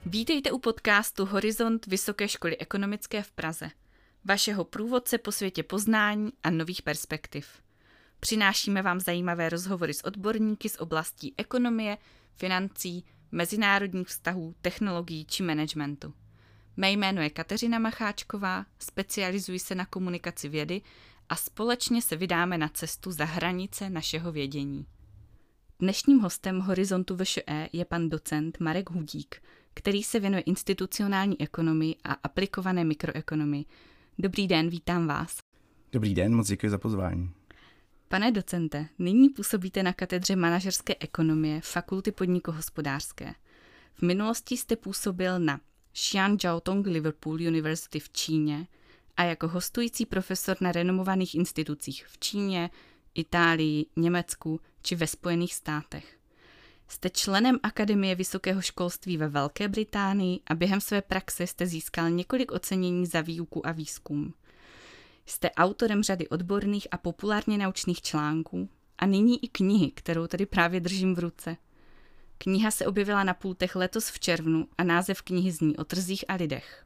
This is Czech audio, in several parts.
Vítejte u podcastu Horizont Vysoké školy ekonomické v Praze, vašeho průvodce po světě poznání a nových perspektiv. Přinášíme vám zajímavé rozhovory s odborníky z oblastí ekonomie, financí, mezinárodních vztahů, technologií či managementu. Mé jméno je Kateřina Macháčková, specializuji se na komunikaci vědy a společně se vydáme na cestu za hranice našeho vědění. Dnešním hostem Horizontu VŠE je pan docent Marek Hudík, který se věnuje institucionální ekonomii a aplikované mikroekonomii. Dobrý den, vítám vás. Dobrý den, moc děkuji za pozvání. Pane docente, nyní působíte na katedře manažerské ekonomie Fakulty podnikohospodářské. V minulosti jste působil na Xianjiaotong Liverpool University v Číně a jako hostující profesor na renomovaných institucích v Číně, Itálii, Německu či ve Spojených státech. Jste členem Akademie vysokého školství ve Velké Británii a během své praxe jste získal několik ocenění za výuku a výzkum. Jste autorem řady odborných a populárně naučných článků a nyní i knihy, kterou tady právě držím v ruce. Kniha se objevila na pultech letos v červnu a název knihy zní O trzích a lidech.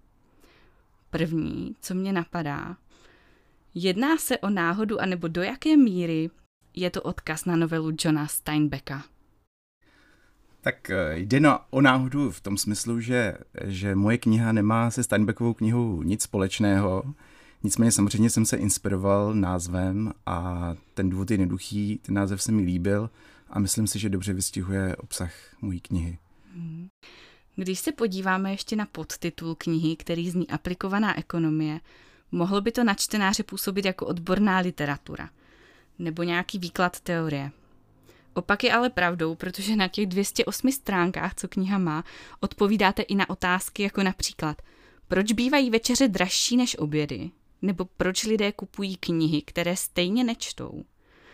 První, co mě napadá, jedná se o náhodu anebo do jaké míry je to odkaz na novelu Johna Steinbecka? Tak jde o náhodu v tom smyslu, že moje kniha nemá se Steinbeckovou knihou nic společného. Nicméně samozřejmě jsem se inspiroval názvem a ten důvod je jednoduchý, ten název se mi líbil a myslím si, že dobře vystihuje obsah mojí knihy. Když se podíváme ještě na podtitul knihy, který zní Aplikovaná ekonomie, mohlo by to na čtenáře působit jako odborná literatura nebo nějaký výklad teorie. Opak je ale pravdou, protože na těch 208 stránkách, co kniha má, odpovídáte i na otázky jako například, proč bývají večeře dražší než obědy, nebo proč lidé kupují knihy, které stejně nečtou.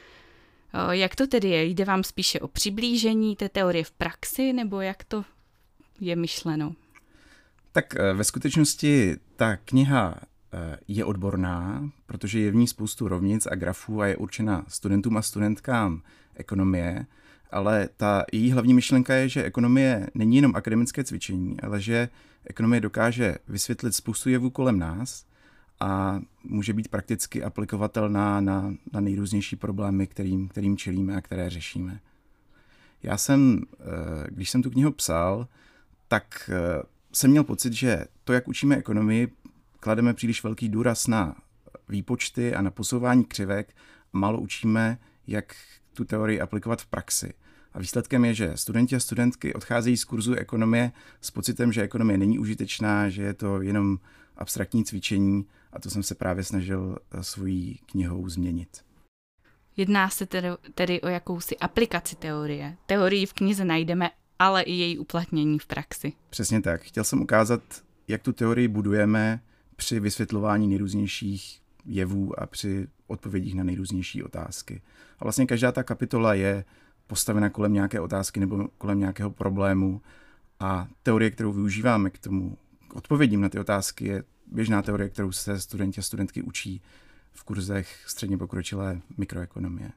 Jak to tedy je? Jde vám spíše o přiblížení té teorie v praxi, nebo jak to je myšleno? Tak ve skutečnosti ta kniha je odborná, protože je v ní spoustu rovnic a grafů a je určena studentům a studentkám ekonomie, ale ta její hlavní myšlenka je, že ekonomie není jenom akademické cvičení, ale že ekonomie dokáže vysvětlit spoustu jevů kolem nás a může být prakticky aplikovatelná na nejrůznější problémy, kterým čelíme a které řešíme. Já jsem, když jsem tu knihu psal, tak jsem měl pocit, že to, jak učíme ekonomii, klademe příliš velký důraz na výpočty a na posouvání křivek a málo učíme, jak tu teorii aplikovat v praxi. A výsledkem je, že studenti a studentky odcházejí z kurzu ekonomie s pocitem, že ekonomie není užitečná, že je to jenom abstraktní cvičení a to jsem se právě snažil svojí knihou změnit. Jedná se tedy o jakousi aplikaci teorie. Teorii v knize najdeme, ale i její uplatnění v praxi. Přesně tak. Chtěl jsem ukázat, jak tu teorii budujeme při vysvětlování nejrůznějších jevů a při odpovědích na nejrůznější otázky. A vlastně každá ta kapitola je postavena kolem nějaké otázky nebo kolem nějakého problému a teorie, kterou využíváme k odpovědím na ty otázky, je běžná teorie, kterou se studenti a studentky učí v kurzech středně pokročilé mikroekonomie.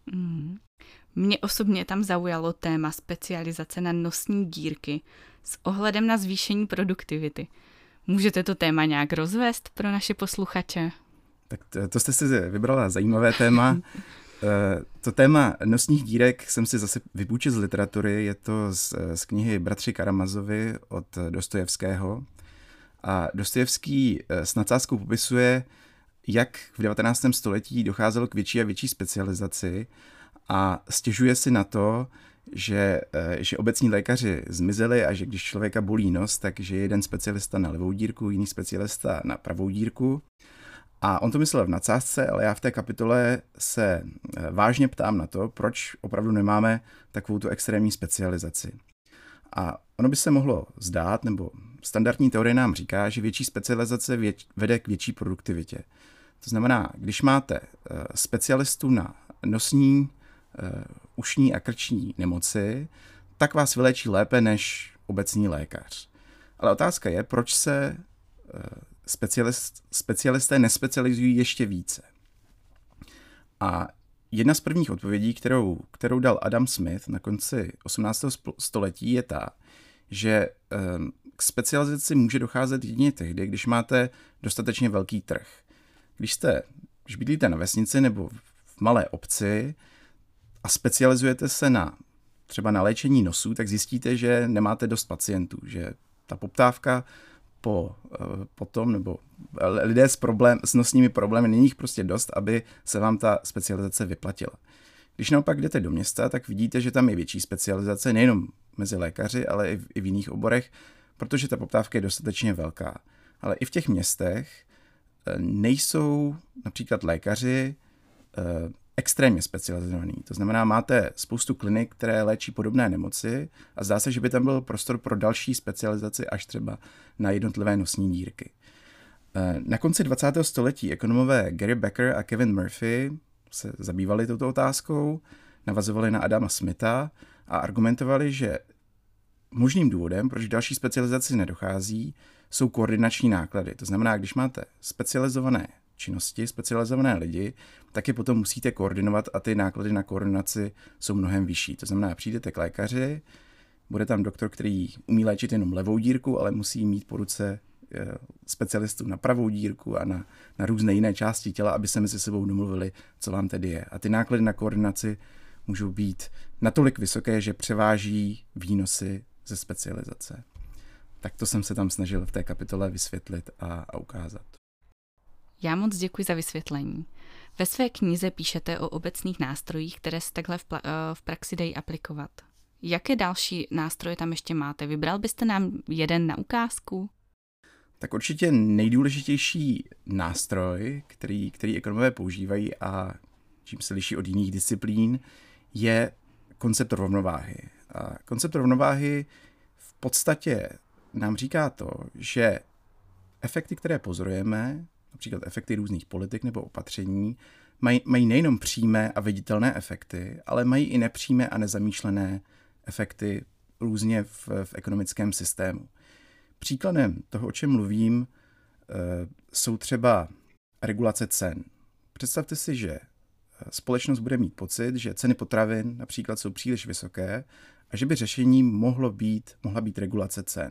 Mě osobně tam zaujalo téma specializace na nosní dírky s ohledem na zvýšení produktivity. Můžete to téma nějak rozvést pro naše posluchače? Tak to jste si vybrala zajímavé téma. To téma nosních dírek jsem si zase vypůjčil z literatury, je to z knihy Bratři Karamazovi od Dostojevského. A Dostojevský s nadsázkou popisuje, jak v 19. století docházelo k větší a větší specializaci a stěžuje si na to, že obecní lékaři zmizeli a že když člověka bolí nos, takže je jeden specialista na levou dírku, jiný specialista na pravou dírku. A on to myslel v nadsázce, ale já v té kapitole se vážně ptám na to, proč opravdu nemáme takovou tu extrémní specializaci. A ono by se mohlo zdát, nebo standardní teorie nám říká, že větší specializace vede k větší produktivitě. To znamená, když máte specialistu na nosní, ušní a krční nemoci, tak vás vyléčí lépe než obecní lékař. Ale otázka je, proč se specialisté nespecializují ještě více. A jedna z prvních odpovědí, kterou dal Adam Smith na konci 18. století, je ta, že k specializaci může docházet jedině tehdy, když máte dostatečně velký trh. Když bydlíte na vesnici nebo v malé obci a specializujete se třeba na léčení nosů, tak zjistíte, že nemáte dost pacientů, že ta poptávka po tom, nebo lidé s nosními problémy, není jich prostě dost, aby se vám ta specializace vyplatila. Když naopak jdete do města, tak vidíte, že tam je větší specializace, nejenom mezi lékaři, ale i v jiných oborech, protože ta poptávka je dostatečně velká. Ale i v těch městech nejsou například lékaři extrémně specializovaný. To znamená, máte spoustu klinik, které léčí podobné nemoci a zdá se, že by tam byl prostor pro další specializaci až třeba na jednotlivé nosní dírky. Na konci 20. století ekonomové Gary Becker a Kevin Murphy se zabývali touto otázkou, navazovali na Adama Smitha a argumentovali, že možným důvodem, proč další specializaci nedochází, jsou koordinační náklady. To znamená, když máte specializované činnosti, specializované lidi, tak je potom musíte koordinovat a ty náklady na koordinaci jsou mnohem vyšší. To znamená, přijdete k lékaři, bude tam doktor, který umí léčit jenom levou dírku, ale musí mít po ruce specialistů na pravou dírku a na různé jiné části těla, aby se mezi sebou domluvili, co vám tedy je. A ty náklady na koordinaci můžou být natolik vysoké, že převáží výnosy ze specializace. Tak to jsem se tam snažil v té kapitole vysvětlit a ukázat. Já moc děkuji za vysvětlení. Ve své knize píšete o obecných nástrojích, které se takhle v praxi dají aplikovat. Jaké další nástroje tam ještě máte? Vybral byste nám jeden na ukázku? Tak určitě nejdůležitější nástroj, který ekonomové používají a čím se liší od jiných disciplín, je koncept rovnováhy. A koncept rovnováhy v podstatě nám říká to, že efekty, které pozorujeme, například efekty různých politik nebo opatření, mají nejenom přímé a viditelné efekty, ale mají i nepřímé a nezamýšlené efekty různě v ekonomickém systému. Příkladem toho, o čem mluvím, jsou třeba regulace cen. Představte si, že společnost bude mít pocit, že ceny potravin například jsou příliš vysoké a že by řešením mohla být regulace cen.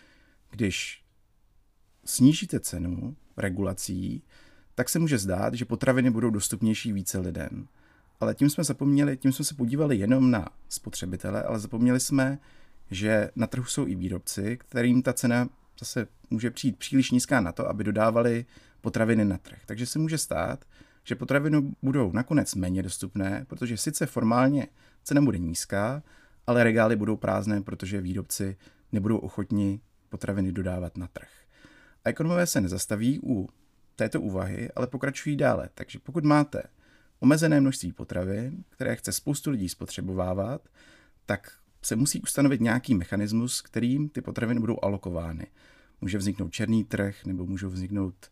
Když snížíte cenu regulací, tak se může zdát, že potraviny budou dostupnější více lidem. Ale tím jsme se podívali jenom na spotřebitele, ale zapomněli jsme, že na trhu jsou i výrobci, kterým ta cena zase může přijít příliš nízká na to, aby dodávali potraviny na trh. Takže se může stát, že potraviny budou nakonec méně dostupné, protože sice formálně cena bude nízká, ale regály budou prázdné, protože výrobci nebudou ochotni potraviny dodávat na trh. A ekonomové se nezastaví u této úvahy, ale pokračují dále. Takže pokud máte omezené množství potravin, které chce spoustu lidí spotřebovávat, tak se musí ustanovit nějaký mechanismus, kterým ty potraviny budou alokovány. Může vzniknout černý trh, nebo můžou vzniknout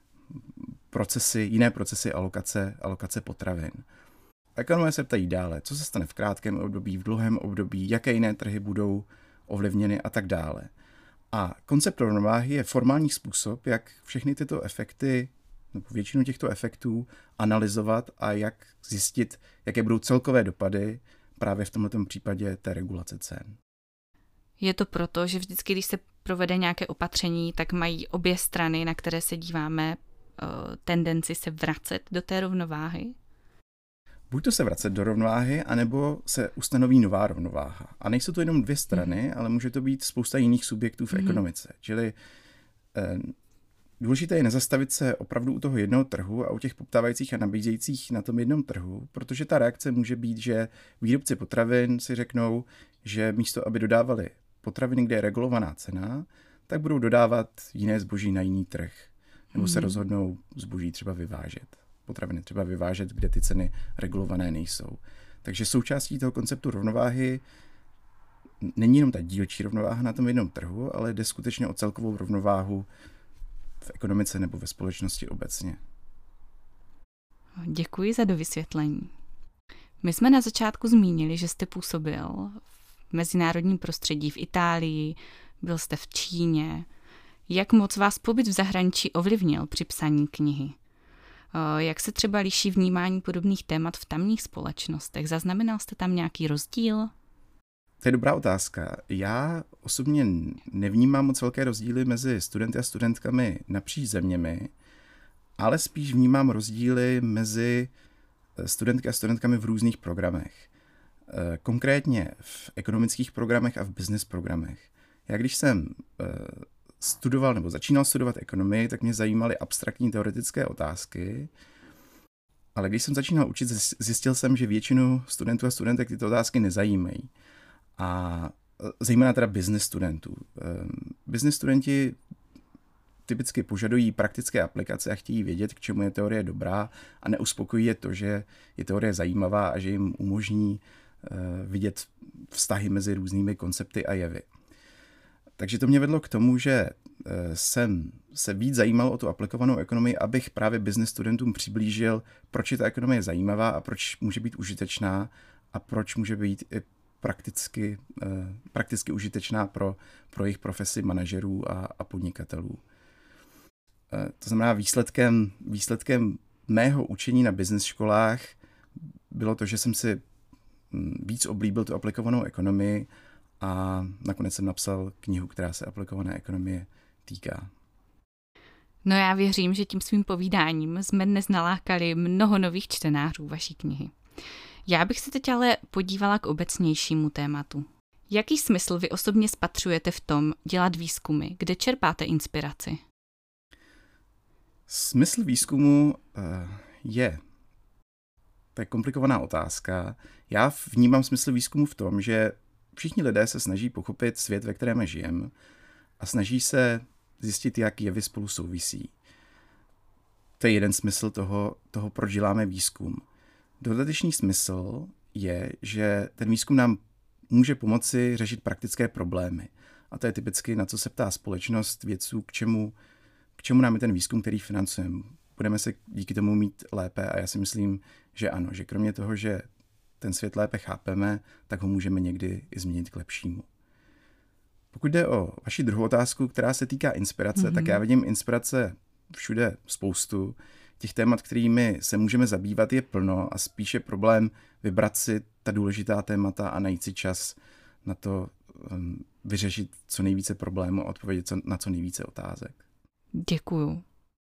jiné procesy alokace potravin. Ekonomové se ptají dále, co se stane v krátkém období, v dlouhém období, jaké jiné trhy budou ovlivněny a tak dále. A koncept rovnováhy je formální způsob, jak všechny tyto efekty, nebo většinu těchto efektů analyzovat a jak zjistit, jaké budou celkové dopady právě v tomto případě té regulace cen. Je to proto, že vždycky, když se provede nějaké opatření, tak mají obě strany, na které se díváme, tendenci se vracet do té rovnováhy? Buď to se vracet do rovnováhy, anebo se ustanoví nová rovnováha. A nejsou to jenom dvě strany, ale může to být spousta jiných subjektů v ekonomice. Čili důležité je nezastavit se opravdu u toho jednoho trhu a u těch poptávajících a nabízejících na tom jednom trhu, protože ta reakce může být, že výrobci potravin si řeknou, že místo, aby dodávali potraviny, kde je regulovaná cena, tak budou dodávat jiné zboží na jiný trh. Nebo se rozhodnou zboží třeba vyvážet. Potraviny třeba vyvážet, kde ty ceny regulované nejsou. Takže součástí toho konceptu rovnováhy není jenom ta dílčí rovnováha na tom jednom trhu, ale jde skutečně o celkovou rovnováhu v ekonomice nebo ve společnosti obecně. Děkuji za dovysvětlení. My jsme na začátku zmínili, že jste působil v mezinárodním prostředí v Itálii, byl jste v Číně. Jak moc vás pobyt v zahraničí ovlivnil při psaní knihy? Jak se třeba liší vnímání podobných témat v tamních společnostech? Zaznamenal jste tam nějaký rozdíl? To je dobrá otázka. Já osobně nevnímám moc velké rozdíly mezi studenty a studentkami napříč zeměmi, ale spíš vnímám rozdíly mezi studentky a studentkami v různých programech. Konkrétně v ekonomických programech a v business programech. Já když jsem studoval nebo začínal studovat ekonomii, tak mě zajímaly abstraktní teoretické otázky, ale když jsem začínal učit, zjistil jsem, že většinu studentů a studentek tyto otázky nezajímají. A zejména teda business studentů. Business studenti typicky požadují praktické aplikace a chtějí vědět, k čemu je teorie dobrá a neuspokojí je to, že je teorie zajímavá a že jim umožní vidět vztahy mezi různými koncepty a jevy. Takže to mě vedlo k tomu, že jsem se víc zajímal o tu aplikovanou ekonomii, abych právě business studentům přiblížil, proč je ta ekonomie zajímavá a proč může být užitečná a proč může být i prakticky užitečná pro jejich profesi manažerů a podnikatelů. To znamená, výsledkem mého učení na business školách bylo to, že jsem si víc oblíbil tu aplikovanou ekonomii a nakonec jsem napsal knihu, která se aplikované ekonomie týká. No já věřím, že tím svým povídáním jsme dnes nalákali mnoho nových čtenářů vaší knihy. Já bych se teď ale podívala k obecnějšímu tématu. Jaký smysl vy osobně spatřujete v tom dělat výzkumy? Kde čerpáte inspiraci? Smysl výzkumu to je komplikovaná otázka. Já vnímám smysl výzkumu v tom, že všichni lidé se snaží pochopit svět, ve kterém žijeme a snaží se zjistit, jak jevy spolu souvisí. To je jeden smysl toho, proč děláme výzkum. Dodatečný smysl je, že ten výzkum nám může pomoci řešit praktické problémy. A to je typicky, na co se ptá společnost vědců, k čemu nám je ten výzkum, který financujeme. Budeme se díky tomu mít lépe a já si myslím, že ano, že kromě toho, že ten svět lépe chápeme, tak ho můžeme někdy i změnit k lepšímu. Pokud jde o vaši druhou otázku, která se týká inspirace, tak já vidím inspirace všude spoustu. Těch témat, kterými se můžeme zabývat, je plno a spíše problém vybrat si ta důležitá témata a najít si čas na to vyřešit co nejvíce problémů a odpovědět na co nejvíce otázek. Děkuju.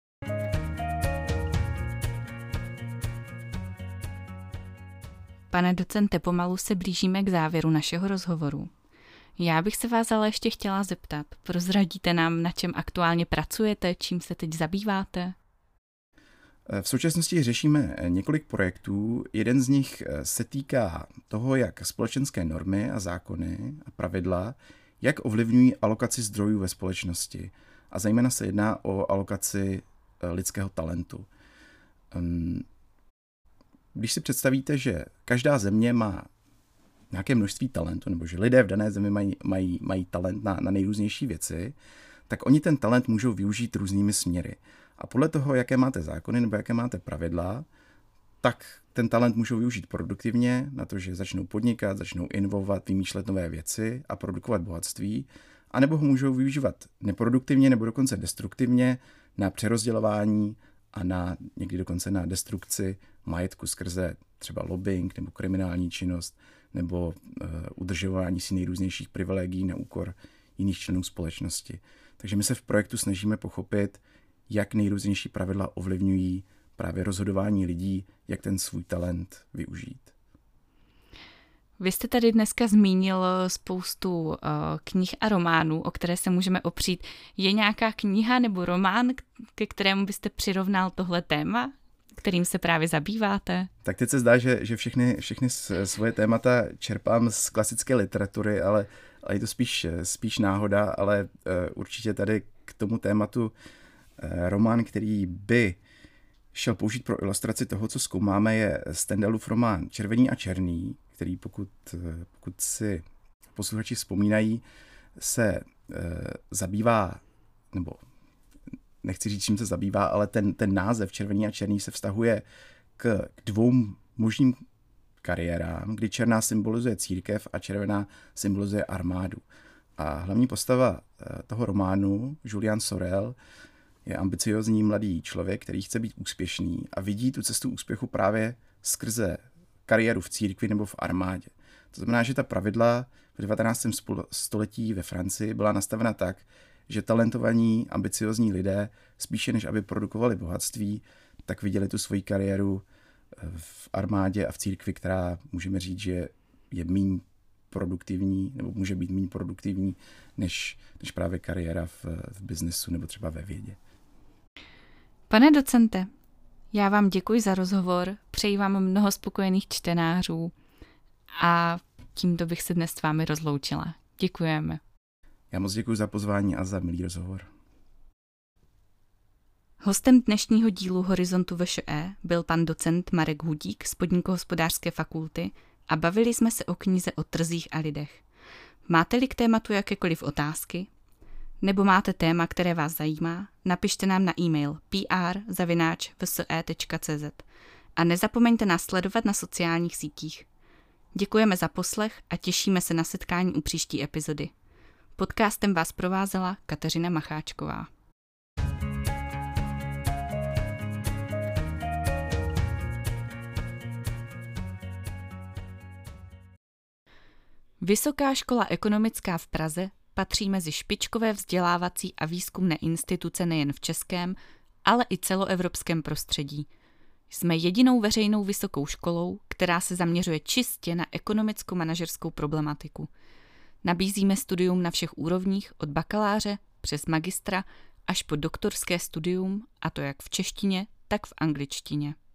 Pane docente, pomalu se blížíme k závěru našeho rozhovoru. Já bych se vás ale ještě chtěla zeptat. Prozradíte nám, na čem aktuálně pracujete, čím se teď zabýváte? V současnosti řešíme několik projektů. Jeden z nich se týká toho, jak společenské normy a zákony a pravidla, jak ovlivňují alokaci zdrojů ve společnosti. A zejména se jedná o alokaci lidského talentu. Když si představíte, že každá země má nějaké množství talentu, nebo že lidé v dané zemi mají talent na nejrůznější věci, tak oni ten talent můžou využít různými směry. A podle toho, jaké máte zákony nebo jaké máte pravidla, tak ten talent můžou využít produktivně na to, že začnou podnikat, začnou inovovat, vymýšlet nové věci a produkovat bohatství, anebo ho můžou využívat neproduktivně nebo dokonce destruktivně na přerozdělování a někdy dokonce na destrukci majetku skrze třeba lobbying nebo kriminální činnost nebo udržování si nejrůznějších privilegií na úkor jiných členů společnosti. Takže my se v projektu snažíme pochopit, jak nejrůznější pravidla ovlivňují právě rozhodování lidí, jak ten svůj talent využít. Vy jste tady dneska zmínil spoustu knih a románů, o které se můžeme opřít. Je nějaká kniha nebo román, ke kterému byste přirovnal tohle téma, kterým se právě zabýváte? Tak teď se zdá, že všechny svoje témata čerpám z klasické literatury, ale je to spíš náhoda, ale určitě tady k tomu tématu román, který by šel použít pro ilustraci toho, co zkoumáme, je Stendhalův román Červený a černý, který pokud si posluchači vzpomínají, se zabývá, nebo nechci říct, čím se zabývá, ale ten název Červený a černý se vztahuje k dvou možným kariérám, kdy černá symbolizuje církev a červená symbolizuje armádu. A hlavní postava toho románu, Julian Sorel, je ambiciózní mladý člověk, který chce být úspěšný a vidí tu cestu úspěchu právě skrze kariéru v církvi nebo v armádě. To znamená, že ta pravidla v 19. století ve Francii byla nastavena tak, že talentovaní, ambiciozní lidé, spíše než aby produkovali bohatství, tak viděli tu svoji kariéru v armádě a v církvi, která můžeme říct, že je méně produktivní, nebo může být méně produktivní, než právě kariéra v biznesu nebo třeba ve vědě. Pane docente, já vám děkuji za rozhovor, přeji vám mnoho spokojených čtenářů a tímto bych se dnes s vámi rozloučila. Děkujeme. Já moc děkuji za pozvání a za milý rozhovor. Hostem dnešního dílu Horizontu VŠE byl pan docent Marek Hudík z Podnikohospodářské fakulty a bavili jsme se o knize O trzích a lidech. Máte-li k tématu jakékoliv otázky? Nebo máte téma, které vás zajímá? Napište nám na e-mail pr@vse.cz a nezapomeňte nás sledovat na sociálních sítích. Děkujeme za poslech a těšíme se na setkání u příští epizody. Podcastem vás provázela Kateřina Macháčková. Vysoká škola ekonomická v Praze patří mezi špičkové vzdělávací a výzkumné instituce nejen v českém, ale i celoevropském prostředí. Jsme jedinou veřejnou vysokou školou, která se zaměřuje čistě na ekonomicko-manažerskou problematiku. Nabízíme studium na všech úrovních, od bakaláře přes magistra až po doktorské studium, a to jak v češtině, tak v angličtině.